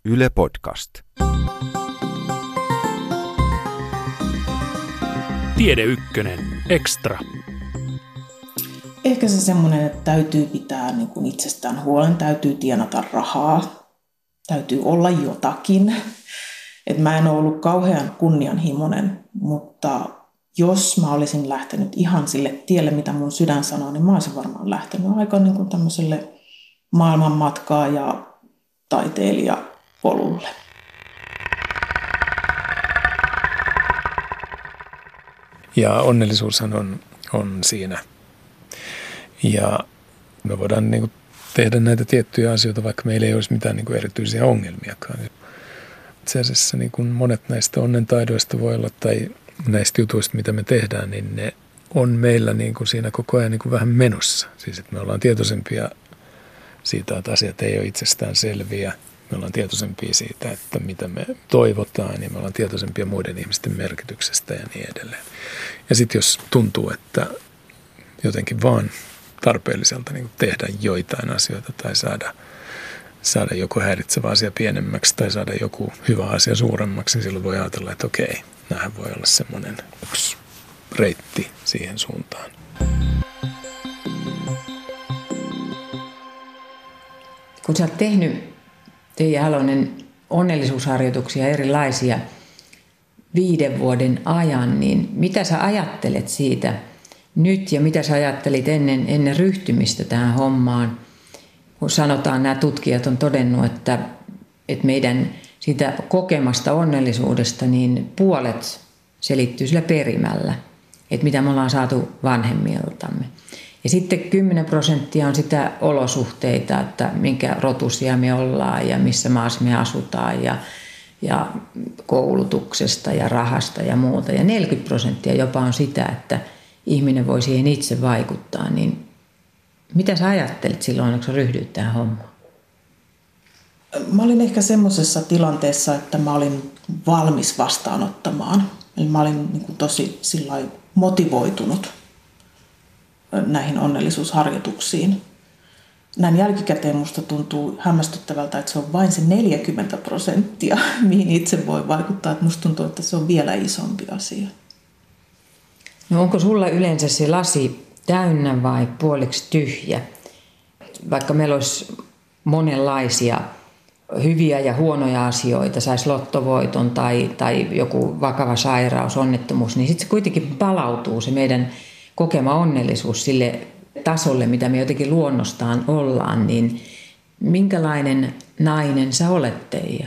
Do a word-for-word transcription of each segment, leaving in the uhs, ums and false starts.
Yle Podcast. Tiede Ykkönen Extra. Ehkä se semmoinen, että täytyy pitää niin kuin itsestään huolen, täytyy tienata rahaa, täytyy olla jotakin. Et mä en ole ollut kauhean kunnianhimoinen, mutta jos mä olisin lähtenyt ihan sille tielle, mitä mun sydän sanoo, niin mä olisin varmaan lähtenyt aika niin kuin tämmöiselle maailmanmatkaa ja taiteilijapolulle. Ja onnellisuushan on, on siinä. Ja me voidaan niin kuin tehdä näitä tiettyjä asioita, vaikka meillä ei olisi mitään niin kuin erityisiä ongelmiakaan. Itse asiassa niin kuin monet näistä onnentaidoista voi olla, tai näistä jutuista, mitä me tehdään, niin ne on meillä niin kuin siinä koko ajan niin kuin vähän menossa. Siis että me ollaan tietoisempia siitä, että asiat ei ole itsestään selviä. Me ollaan tietoisempia siitä, että mitä me toivotaan, ja me ollaan tietoisempia muiden ihmisten merkityksestä ja niin edelleen. Ja sitten jos tuntuu, että jotenkin vaan tarpeelliselta niin tehdä joitain asioita tai saada, saada joku häiritsevä asia pienemmäksi tai saada joku hyvä asia suuremmaksi, niin silloin voi ajatella, että okei, nämähän voi olla semmoinen yksi reitti siihen suuntaan. Kun sä oot tehnyt, Teija Halonen, onnellisuusharjoituksia erilaisia viiden vuoden ajan, niin mitä sä ajattelet siitä nyt ja mitä sä ajattelit ennen, ennen ryhtymistä tähän hommaan? Kun sanotaan, nämä tutkijat on todennut, että, että meidän siitä kokemasta onnellisuudesta niin puolet selittyy sillä perimällä, että mitä me ollaan saatu vanhemmiltamme. Ja sitten kymmenen prosenttia on sitä olosuhteita, että minkä rotusia me ollaan ja missä maassa me asutaan ja, ja koulutuksesta ja rahasta ja muuta. Ja neljäkymmentä prosenttia jopa on sitä, että ihminen voi siihen itse vaikuttaa. Niin mitä sä ajattelit silloin, kun sä ryhdyit tähän hommaan? Mä olin ehkä semmoisessa tilanteessa, että mä olin valmis vastaanottamaan. Eli mä olin niin kuin tosi sillai motivoitunut näihin onnellisuusharjoituksiin. Näin jälkikäteen musta tuntuu hämmästyttävältä, että se on vain se neljäkymmentä prosenttia, mihin itse voi vaikuttaa. Että musta tuntuu, että se on vielä isompi asia. No onko sulla yleensä se lasi täynnä vai puoliksi tyhjä? Vaikka meillä olisi monenlaisia hyviä ja huonoja asioita, saisi lottovoiton tai, tai joku vakava sairaus, onnettomuus, niin sitten se kuitenkin palautuu se meidän kokema onnellisuus sille tasolle, mitä me jotenkin luonnostaan ollaan, niin minkälainen nainen sä olet, Teija?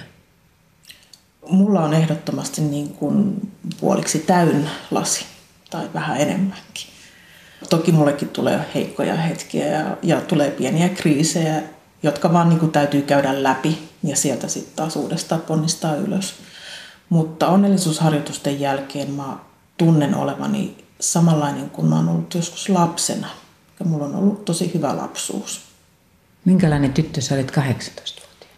Mulla on ehdottomasti niin kuin puoliksi täynnä lasi tai vähän enemmänkin. Toki mullekin tulee heikkoja hetkiä ja, ja tulee pieniä kriisejä, jotka vaan niin kuin täytyy käydä läpi ja sieltä sitten taas uudestaan ponnistaa ylös. Mutta onnellisuusharjoitusten jälkeen mä tunnen olevani samanlainen kuin mä oon ollut joskus lapsena. Ja mulla on ollut tosi hyvä lapsuus. Minkälainen tyttö sä olit kahdeksantoistavuotiaana?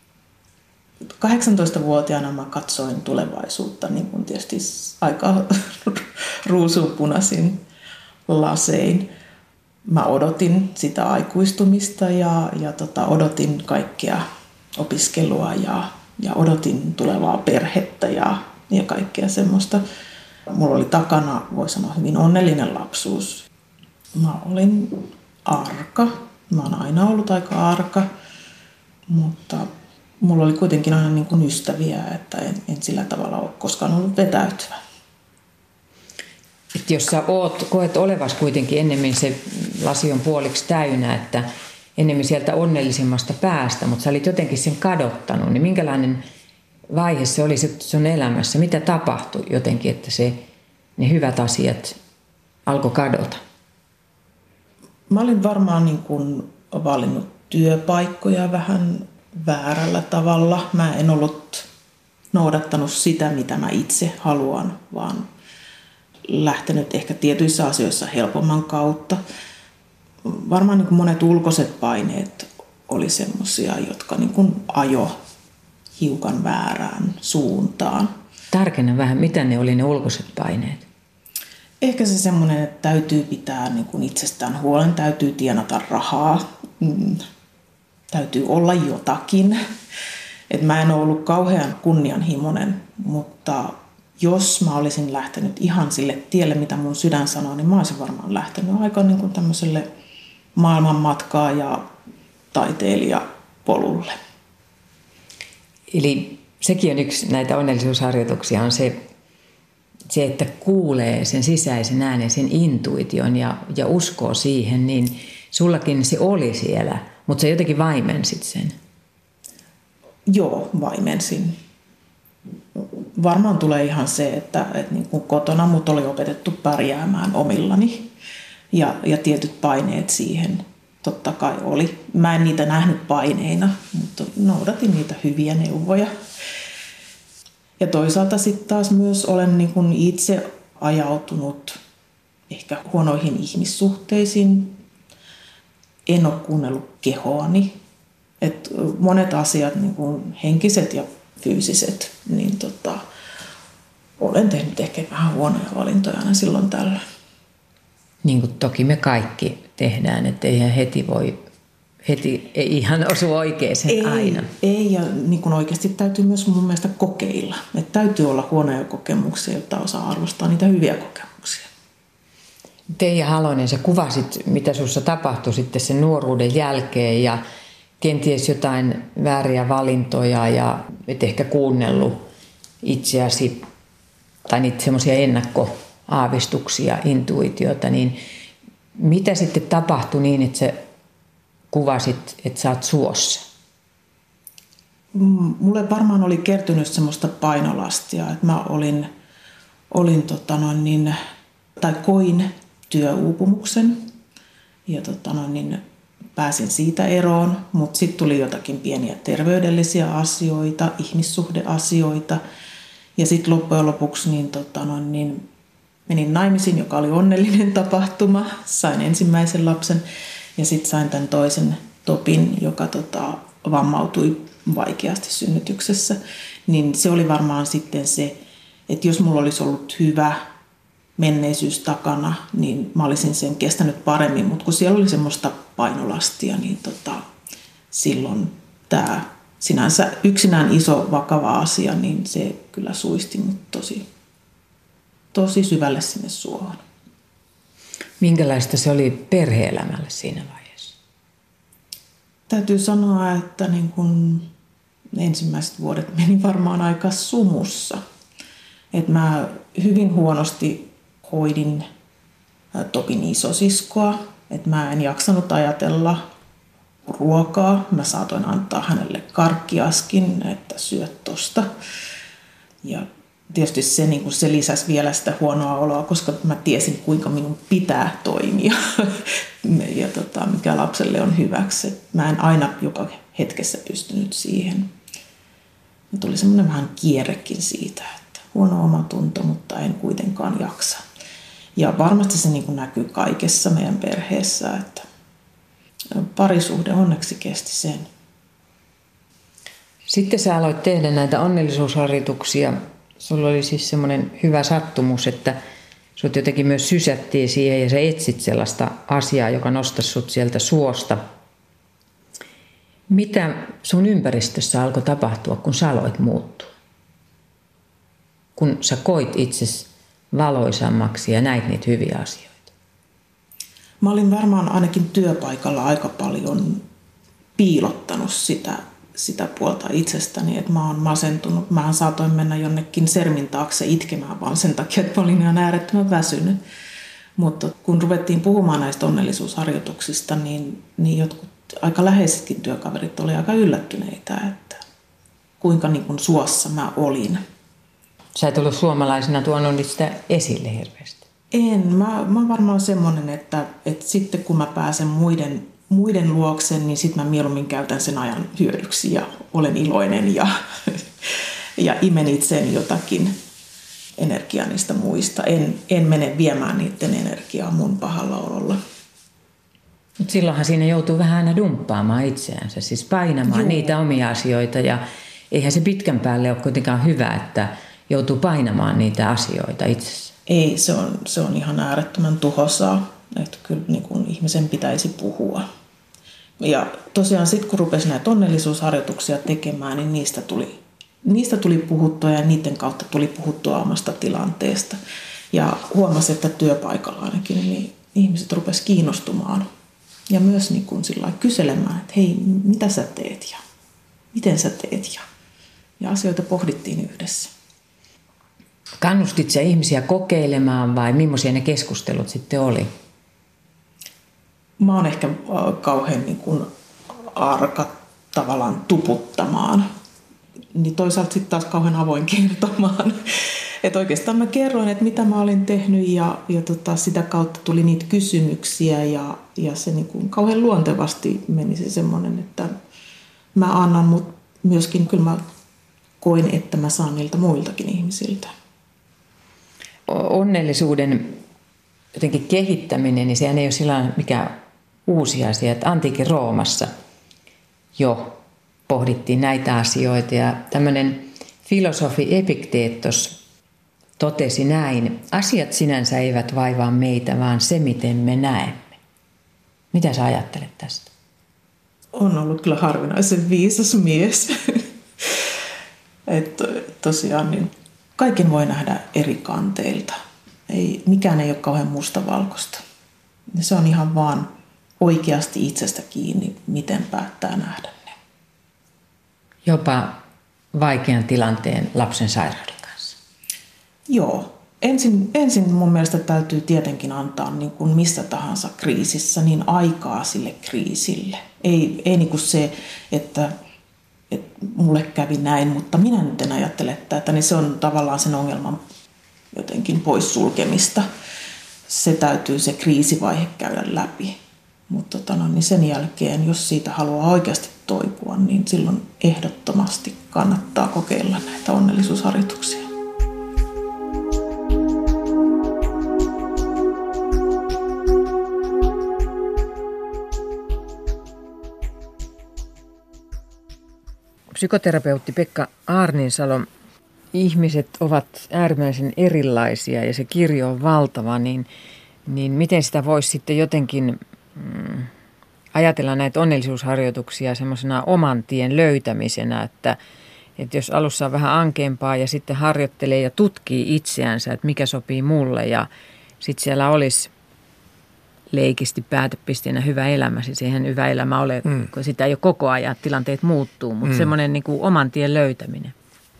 kahdeksantoistavuotiaana mä katsoin tulevaisuutta niin kuin tietysti aika ruusuunpunaisin lasein. Mä odotin sitä aikuistumista ja, ja tota, odotin kaikkea opiskelua ja, ja odotin tulevaa perhettä ja, ja kaikkea semmoista. Mulla oli takana, voi sanoa, hyvin onnellinen lapsuus. Mä olin arka. Mä oon aina ollut aika arka, mutta mulla oli kuitenkin aina niin kuin ystäviä, että en, en sillä tavalla ole koskaan ollut vetäytyvä. Et jos sä oot, koet olevas kuitenkin ennemmin se lasi on puoliksi täynnä, että ennemmin sieltä onnellisimmasta päästä, mutta sä olit jotenkin sen kadottanut, niin minkälainen vaihe se oli sun elämässä? Mitä tapahtui jotenkin, että se, ne hyvät asiat alkoi kadota? Mä olin varmaan niin kuin valinnut työpaikkoja vähän väärällä tavalla. Mä en ollut noudattanut sitä, mitä mä itse haluan, vaan lähtenyt ehkä tietyissä asioissa helpomman kautta. Varmaan niin kuin monet ulkoiset paineet oli semmoisia, jotka niin kuin ajo hiukan väärään suuntaan. Tarkenna vähän, mitä ne oli ne ulkoiset paineet? Ehkä se semmoinen, että täytyy pitää niin kuin itsestään huolen, täytyy tienata rahaa, mm, täytyy olla jotakin. Et mä en ole ollut kauhean kunnianhimoinen, mutta jos mä olisin lähtenyt ihan sille tielle, mitä mun sydän sanoo, niin mä olisin varmaan lähtenyt aika niin kuin tämmöiselle maailmanmatkaa ja taiteilijapolulle. Eli sekin on yksi näitä onnellisuusharjoituksia, on se, se että kuulee sen sisäisen äänen, sen intuition ja, ja uskoo siihen, niin sullakin se oli siellä, mutta sä jotenkin vaimensit sen. Joo, vaimensin. Varmaan tulee ihan se, että, että niin kuin kotona mut oli opetettu pärjäämään omillani ja, ja tietyt paineet siihen totta kai oli. Mä en niitä nähnyt paineina, mutta noudatin niitä hyviä neuvoja. Ja toisaalta sitten taas myös olen niin kuin itse ajautunut ehkä huonoihin ihmissuhteisiin. En ole kuunnellut kehoani. Et monet asiat, niin kuin henkiset ja fyysiset, niin tota, olen tehnyt ehkä vähän huonoja valintoja aina silloin tällöin. Niin kuin toki me kaikki tehdään, että eihän heti voi, heti ei ihan osu oikeeseen ei, aina. Ei, ja niin kuin oikeasti täytyy myös mun mielestä kokeilla. Että täytyy olla huonoja kokemuksia, jotta osaa arvostaa niitä hyviä kokemuksia. Teija Halonen, sä kuvasit, mitä sussa tapahtui sitten sen nuoruuden jälkeen ja kenties jotain vääriä valintoja ja et ehkä kuunnellut itseäsi tai niitä semmoisia ennakkoaavistuksia, intuitiota, niin mitä sitten tapahtui niin, että sä kuvasit, että sä oot suossa? Mulle varmaan oli kertynyt semmoista painolastia, että mä olin, olin tota noin niin, tai koin työuupumuksen ja tota noin niin, pääsin siitä eroon, mutta sitten tuli jotakin pieniä terveydellisiä asioita, ihmissuhdeasioita. Ja sitten loppujen lopuksi niin, tota, no, niin menin naimisiin, joka oli onnellinen tapahtuma. Sain ensimmäisen lapsen ja sitten sain tämän toisen Topin, joka tota, vammautui vaikeasti synnytyksessä. Niin se oli varmaan sitten se, että jos mulla olisi ollut hyvä menneisyys takana, niin mä olisin sen kestänyt paremmin, mutta kun siellä oli semmoista painolastia, niin tota, silloin tämä sinänsä yksinään iso vakava asia, niin se kyllä suisti mut tosi, tosi syvälle sinne suohon. Minkälaista se oli perhe-elämälle siinä vaiheessa? Täytyy sanoa, että niin kun ensimmäiset vuodet meni varmaan aika sumussa. Et mä hyvin huonosti hoidin Topin isosiskoa, että mä en jaksanut ajatella ruokaa. Mä saatoin antaa hänelle karkkiaskin, että syöt tosta. Ja tietysti se, niin se lisäsi vielä sitä huonoa oloa, koska mä tiesin, kuinka minun pitää toimia ja tota, mikä lapselle on hyväksi. Mä en aina joka hetkessä pystynyt siihen. Ja tuli semmoinen vähän kierrekin siitä, että huono omatunto, mutta en kuitenkaan jaksa. Ja varmasti se niin kuin näkyy kaikessa meidän perheessä, että parisuhde onneksi kesti sen. Sitten sä aloit tehdä näitä onnellisuusharjoituksia. Sulla oli siis semmoinen hyvä sattumus, että sut jotenkin myös sysättiin siihen ja sä etsit sellaista asiaa, joka nostaisi sut sieltä suosta. Mitä sun ympäristössä alkoi tapahtua, kun sä aloit muuttua? Kun sä koit itsesi valoisammaksi ja näit niitä hyviä asioita? Mä olin varmaan ainakin työpaikalla aika paljon piilottanut sitä, sitä puolta itsestäni, että mä oon masentunut. Mä saatoin mennä jonnekin sermin taakse itkemään vaan sen takia, että mä olin ihan äärettömän väsynyt. Mutta kun ruvettiin puhumaan näistä onnellisuusharjoituksista, niin, niin jotkut aika läheisetkin työkaverit oli aika yllättyneitä, että kuinka niin kuin suossa mä olin. Sä et ollut suomalaisena tuonut sitä esille hirveästi. En. Mä, mä oon varmaan semmoinen, että, että sitten kun mä pääsen muiden, muiden luokse, niin sitten mä mieluummin käytän sen ajan hyödyksi ja olen iloinen ja, ja imen itseen jotakin energiaa niistä muista. En, en mene viemään niiden energiaa mun pahalla ololla. Mutta silloinhan siinä joutuu vähän aina dumppaamaan itseänsä, siis painamaan Juu. niitä omia asioita ja eihän se pitkän päälle ole kuitenkaan hyvä, että joutuu painamaan niitä asioita itsessä. Ei, se on, se on ihan äärettömän tuhoisaa, että kyllä niin kuin ihmisen pitäisi puhua. Ja tosiaan sitten kun rupesi näitä onnellisuusharjoituksia tekemään, niin niistä tuli, niistä tuli puhuttua ja niiden kautta tuli puhuttua omasta tilanteesta. Ja huomasi, että työpaikalla ainakin niin ihmiset rupesi kiinnostumaan ja myös niin kuin sillä lailla kyselemään, että hei, mitä sä teet ja miten sä teet ja, ja asioita pohdittiin yhdessä. Kannustit sä ihmisiä kokeilemaan vai millaisia ne keskustelut sitten oli? Mä oon ehkä kauhean niin kuin arka tavallaan tuputtamaan, niin toisaalta sitten taas kauhean avoin kertomaan. Että oikeastaan mä kerroin, että mitä mä olin tehnyt ja, ja tota, sitä kautta tuli niitä kysymyksiä ja, ja se niin kuin kauhean luontevasti meni se semmoinen, että mä annan, mutta myöskin kyllä mä koin, että mä saan niiltä muiltakin ihmisiltä. Onnellisuuden jotenkin kehittäminen, niin sehän ei ole sillä mikään uusi asia, että antiikin Roomassa jo pohdittiin näitä asioita ja tämmöinen filosofi Epikteetos totesi näin, asiat sinänsä eivät vaivaa meitä, vaan se miten me näemme. Mitä sä ajattelet tästä? On ollut kyllä harvinaisen viisas mies. Että tosiaan niin kaiken voi nähdä eri kanteilta. Ei, mikään ei ole kauhean mustavalkoista. Se on ihan vaan oikeasti itsestä kiinni, miten päättää nähdä ne. Jopa vaikean tilanteen lapsen sairauden kanssa. Joo. Ensin, ensin mun mielestä täytyy tietenkin antaa niin kuin missä tahansa kriisissä niin aikaa sille kriisille. Ei, ei niin kuin se, että, että mulle kävi näin, mutta minä nyt en ajattele tätä, niin se on tavallaan sen ongelman jotenkin poissulkemista. Se täytyy se kriisivaihe käydä läpi. Mutta tota no, niin sen jälkeen, jos siitä haluaa oikeasti toipua, niin silloin ehdottomasti kannattaa kokeilla näitä onnellisuusharjoituksia. Psykoterapeutti Pekka Aarninsalo, ihmiset ovat äärimmäisen erilaisia ja se kirjo on valtava, niin, niin miten sitä voisi sitten jotenkin mm, ajatella näitä onnellisuusharjoituksia semmoisena oman tien löytämisenä, että, että jos alussa on vähän ankeampaa ja sitten harjoittelee ja tutkii itseänsä, että mikä sopii mulle ja sitten siellä olisi leikisti päätepisteenä hyvä elämä. Siis eihän hyvä elämä ole, mm. kun sitä ei ole koko ajan, tilanteet muuttuu, mutta mm. semmoinen niin kuin oman tien löytäminen.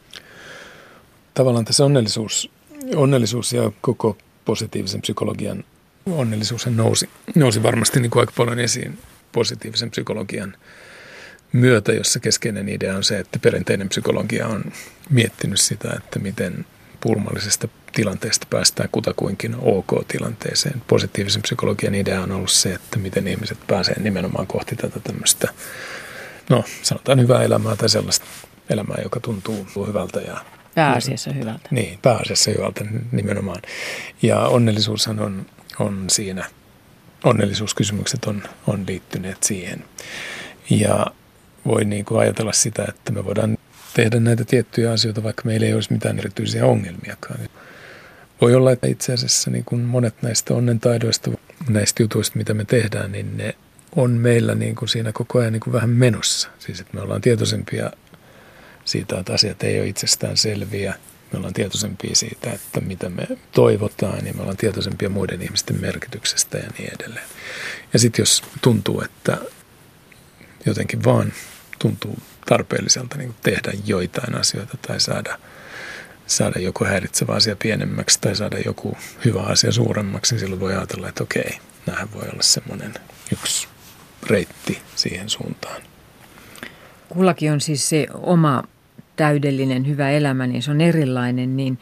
Tavallaan tässä onnellisuus, onnellisuus ja koko positiivisen psykologian onnellisuus nousi, nousi varmasti niin kuin aika paljon esiin positiivisen psykologian myötä, jossa keskeinen idea on se, että perinteinen psykologia on miettinyt sitä, että miten pulmallisesta tilanteesta päästään kutakuinkin ok-tilanteeseen. Positiivisen psykologian idea on ollut se, että miten ihmiset pääsee nimenomaan kohti tätä tämmöistä, no sanotaan hyvää elämää tai sellaista elämää, joka tuntuu hyvältä. Ja pääasiassa hyvältä. Niin, pääasiassa hyvältä nimenomaan. Ja onnellisuushan on, on siinä, onnellisuuskysymykset on, on liittyneet siihen. Ja voi niin kuin ajatella sitä, että me voidaan tehdä näitä tiettyjä asioita, vaikka meillä ei olisi mitään erityisiä ongelmiakaan. Voi olla, että itse asiassa niin kuin monet näistä onnentaidoista, näistä jutuista, mitä me tehdään, niin ne on meillä niin kuin siinä koko ajan niin kuin vähän menossa. Siis että me ollaan tietoisempia siitä, että asiat ei ole itsestään selviä. Me ollaan tietoisempia siitä, että mitä me toivotaan, ja me ollaan tietoisempia muiden ihmisten merkityksestä ja niin edelleen. Ja sitten jos tuntuu, että jotenkin vaan tuntuu tarpeelliselta niin tehdä joitain asioita tai saada, saada joku häiritsevä asia pienemmäksi tai saada joku hyvä asia suuremmaksi, niin silloin voi ajatella, että okei, näähän voi olla semmoinen yksi reitti siihen suuntaan. Kullakin on siis se oma täydellinen hyvä elämä, niin se on erilainen, niin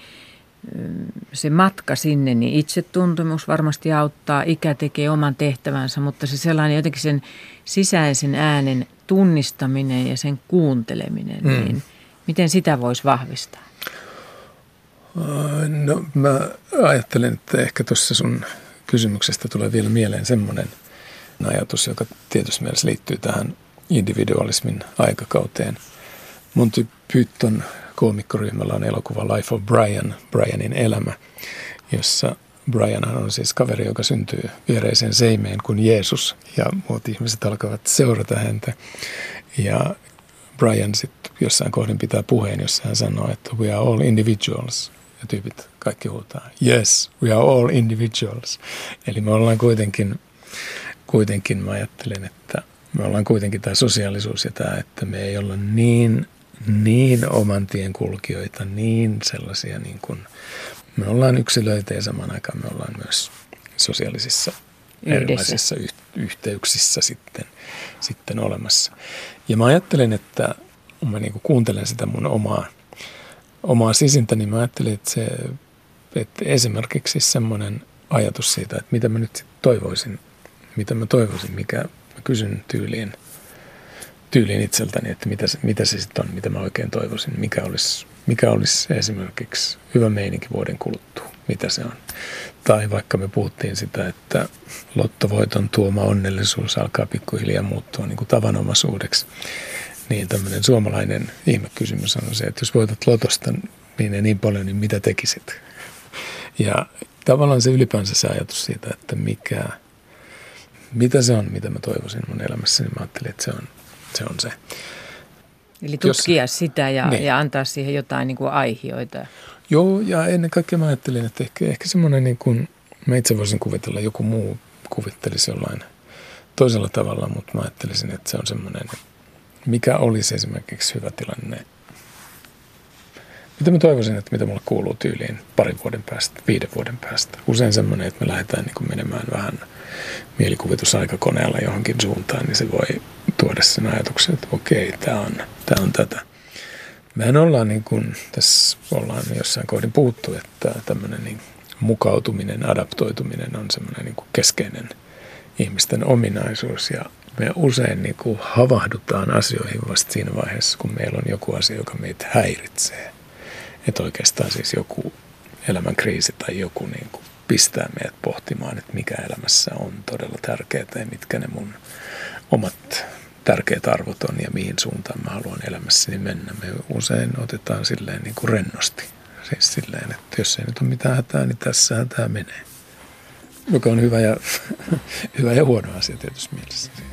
se matka sinne, niin itsetuntemus varmasti auttaa, ikä tekee oman tehtävänsä, mutta se sellainen jotenkin sen sisäisen äänen tunnistaminen ja sen kuunteleminen, mm. niin miten sitä voisi vahvistaa? No mä ajattelen, että ehkä tuossa sun kysymyksestä tulee vielä mieleen semmoinen ajatus, joka tietysti mielessä liittyy tähän individualismin aikakauteen. Monty Python koomikkoryhmällä on elokuva Life of Brian, Brianin elämä, jossa Brian on siis kaveri, joka syntyy viereiseen seimeen kuin Jeesus, ja muut ihmiset alkavat seurata häntä. Ja Brian sitten jossain kohdin pitää puheen, jossa hän sanoo, että we are all individuals. Ja tyypit kaikki huutaa, yes, we are all individuals. Eli me ollaan kuitenkin, kuitenkin mä ajattelen, että me ollaan kuitenkin tämä sosiaalisuus ja tämä, että me ei olla niin, niin oman tien kulkijoita, niin sellaisia niin kuin, me ollaan yksilöitä ja samaan aikaan me ollaan myös sosiaalisissa Yhdessä. erilaisissa yhteyksissä sitten, sitten olemassa. Ja mä ajattelen, että mä niin kuin kuuntelen sitä mun omaa, omaa sisintä, niin mä ajattelin, että, se, että esimerkiksi semmoinen ajatus siitä, että mitä mä nyt toivoisin, mitä mä toivoisin, mikä mä kysyn tyyliin, tyyliin itseltäni, että mitä se, mitä se sitten on, mitä mä oikein toivoisin, mikä olisi, mikä olisi esimerkiksi hyvä meininki vuoden kuluttua, mitä se on. Tai vaikka me puhuttiin sitä, että lottovoiton tuoma onnellisuus alkaa pikkuhiljaa muuttua niin kuin tavanomaisuudeksi. Niin tämmöinen suomalainen ihmekysymys on se, että jos voitat lotosta niin ja niin paljon, niin mitä tekisit? Ja tavallaan se ylipäänsä se ajatus siitä, että mikä, mitä se on, mitä mä toivoisin mun elämässäni, niin mä ajattelin, että se on se. On se. Eli tutkia jos, sitä ja, niin. ja antaa siihen jotain niin kuin aihioita. Joo, ja ennen kaikkea mä ajattelin, että ehkä, ehkä semmoinen, niin kuin, mä itse voisin kuvitella, joku muu kuvittelisi jollain toisella tavalla, mutta mä ajattelisin, että se on semmoinen, mikä olisi esimerkiksi hyvä tilanne. Mitä mä toivoisin, että mitä mulle kuuluu tyyliin parin vuoden päästä, viiden vuoden päästä. Usein semmoinen, että me lähdetään niin kuin menemään vähän mielikuvitusaikakoneella johonkin suuntaan, niin se voi tuoda sen ajatuksen, että okei, tämä on, tämä on tätä. Mehän ollaan niin kuin, tässä ollaan jossain kohdin puhuttu, että tämmöinen niin mukautuminen, adaptoituminen on semmoinen niin kuin keskeinen ihmisten ominaisuus ja me usein niin kuin havahdutaan asioihin vasta siinä vaiheessa, kun meillä on joku asia, joka meitä häiritsee. Että oikeastaan siis joku elämän kriisi tai joku niin kuin pistää meidät pohtimaan, että mikä elämässä on todella tärkeää ja mitkä ne mun omat tärkeät arvot on ja mihin suuntaan mä haluan elämässäni mennä. Me usein otetaan silleen niin kuin rennosti. Siis silleen, että jos ei nyt ole mitään hätää, niin tässähän tämä menee. Joka on hyvä ja, hyvä ja huono asia tietysti mielessä.